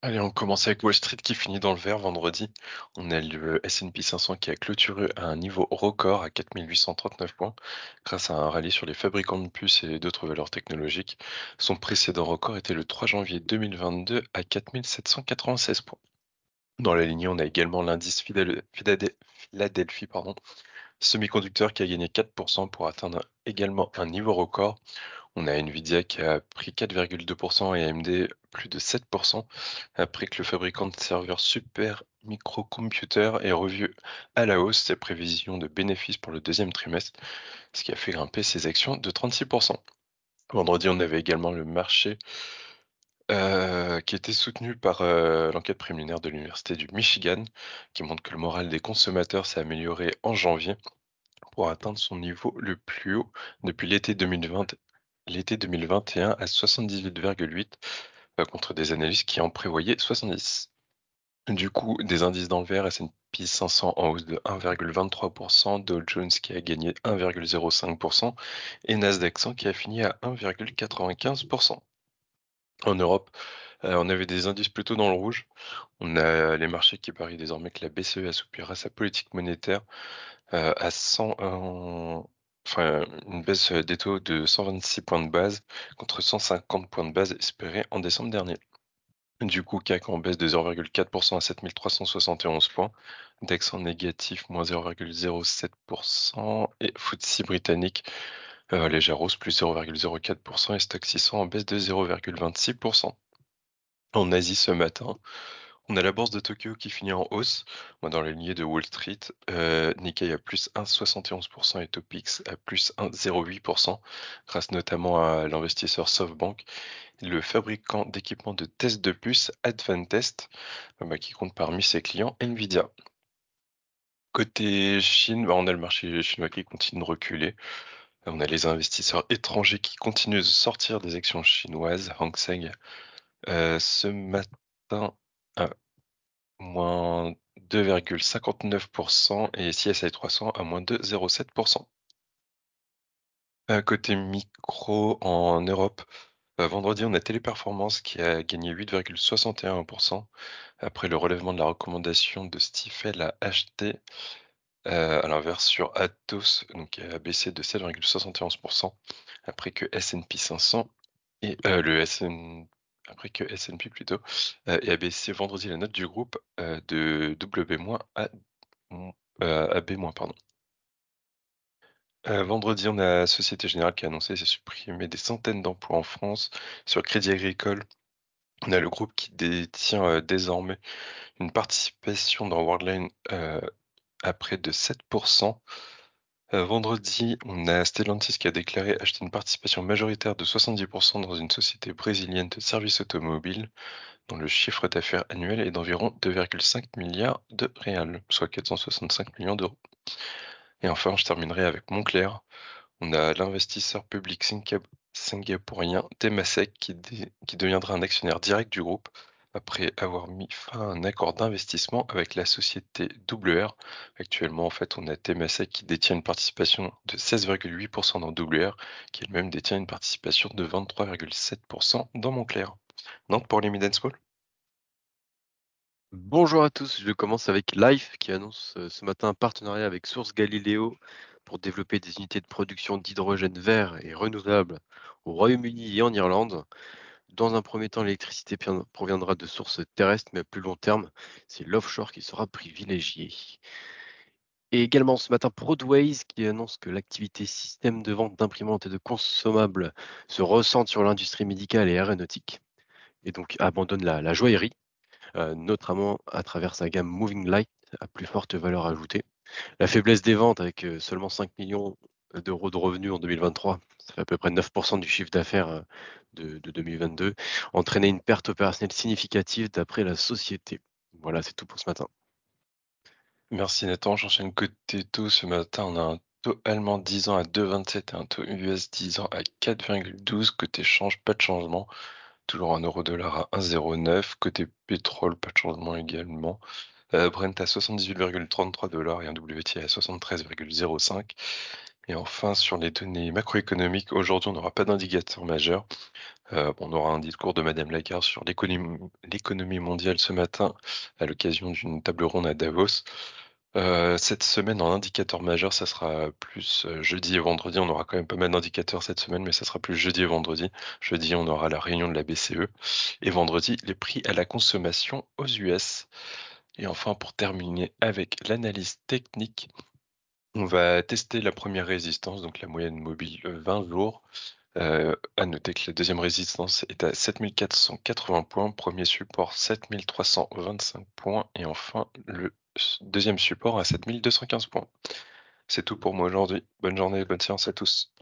Allez, on commence avec Wall Street qui finit dans le vert vendredi. On a le S&P 500 qui a clôturé à un niveau record à 4 839 points grâce à un rallye sur les fabricants de puces et d'autres valeurs technologiques. Son précédent record était le 3 janvier 2022 à 4 796 points. Dans la lignée, on a également l'indice Philadelphie, semi-conducteur qui a gagné 4% pour atteindre également un niveau record. On a Nvidia qui a pris 4,2% et AMD plus de 7% après que le fabricant de serveurs Super Microcomputer ait revu à la hausse ses prévisions de bénéfices pour le deuxième trimestre, ce qui a fait grimper ses actions de 36%. Vendredi, on avait également le marché qui était soutenu par l'enquête préliminaire de l'Université du Michigan, qui montre que le moral des consommateurs s'est amélioré en janvier pour atteindre son niveau le plus haut depuis l'été 2021 à 78,8 contre des analystes qui en prévoyaient 70. Du coup, des indices dans le vert, S&P 500 en hausse de 1,23%, Dow Jones qui a gagné 1,05% et Nasdaq 100 qui a fini à 1,95%. En Europe, on avait des indices plutôt dans le rouge. On a les marchés qui parient désormais que la BCE assouplira sa politique monétaire à 100, enfin, une baisse des taux de 126 points de base contre 150 points de base espérés en décembre dernier. Du coup, CAC en baisse de 0,4% à 7 371 points, DAX en négatif, moins 0,07% et FTSE britannique, légère hausse, plus 0,04% et Stoxx 600 en baisse de 0,26%. En Asie ce matin, on a la bourse de Tokyo qui finit en hausse, dans la lignée de Wall Street. Nikkei à plus 1,71% et Topix à plus 1,08%, grâce notamment à l'investisseur SoftBank, le fabricant d'équipements de test de puces Advantest, qui compte parmi ses clients Nvidia. Côté Chine, on a le marché chinois qui continue de reculer. On a les investisseurs étrangers qui continuent de sortir des actions chinoises. Hang Seng, ce matin, moins 2,59% et CSI 300 à moins 2,07%. Côté micro en Europe, vendredi, on a Téléperformance qui a gagné 8,61% après le relèvement de la recommandation de Stifel à acheter, à l'inverse sur Atos, donc qui a baissé de 7,71% après que S&P 500 et après que S&P plutôt ait abaissé vendredi la note du groupe de W- à B-, pardon. Vendredi, on a Société Générale qui a annoncé supprimer des centaines d'emplois en France. Sur Crédit Agricole, on a le groupe qui détient désormais une participation dans Worldline à près de 7%. Vendredi, on a Stellantis qui a déclaré acheter une participation majoritaire de 70% dans une société brésilienne de services automobiles dont le chiffre d'affaires annuel est d'environ 2,5 milliards de réals, soit 465 millions d'euros. Et enfin, je terminerai avec Moncler. On a l'investisseur public singapourien Temasek qui deviendra un actionnaire direct du groupe après avoir mis fin à un accord d'investissement avec la société WR. Actuellement, en fait, on a Temasek qui détient une participation de 16,8% dans WR, qui elle-même détient une participation de 23,7% dans Moncler. Nantes pour les mid and small. Bonjour à tous, je commence avec Life qui annonce ce matin un partenariat avec Source Galileo pour développer des unités de production d'hydrogène vert et renouvelable au Royaume-Uni et en Irlande. Dans un premier temps, l'électricité proviendra de sources terrestres, mais à plus long terme, c'est l'offshore qui sera privilégié. Et également ce matin, Prodways qui annonce que l'activité système de vente d'imprimantes et de consommables se ressent sur l'industrie médicale et aéronautique et donc abandonne la joaillerie, notamment à travers sa gamme Moving Light à plus forte valeur ajoutée. La faiblesse des ventes avec seulement 5 millions d'euros de revenus en 2023, ça fait à peu près 9% du chiffre d'affaires de 2022, entraînait une perte opérationnelle significative d'après la société. Voilà, c'est tout pour ce matin. Merci Nathan, j'enchaîne côté taux. Ce matin, on a un taux allemand 10 ans à 2,27 et un taux US 10 ans à 4,12. Côté change, pas de changement. Toujours un euro-dollar à 1,09. Côté pétrole, pas de changement également. Brent à 78,33 dollars et un WTI à 73,05. Et enfin, sur les données macroéconomiques, aujourd'hui, on n'aura pas d'indicateur majeur. On aura un discours de madame Lagarde sur l'économie mondiale ce matin à l'occasion d'une table ronde à Davos. Cette semaine en indicateur majeur, ça sera plus, jeudi et vendredi. On aura quand même pas mal d'indicateurs cette semaine, mais ça sera plus jeudi et vendredi. Jeudi, on aura la réunion de la BCE et vendredi, les prix à la consommation aux US. Et enfin, pour terminer avec l'analyse technique, on va tester la première résistance, donc la moyenne mobile 20 jours. À noter que la deuxième résistance est à 7 480 points, premier support 7 325 points et enfin le deuxième support à 7 215 points. C'est tout pour moi aujourd'hui. Bonne journée, bonne séance à tous.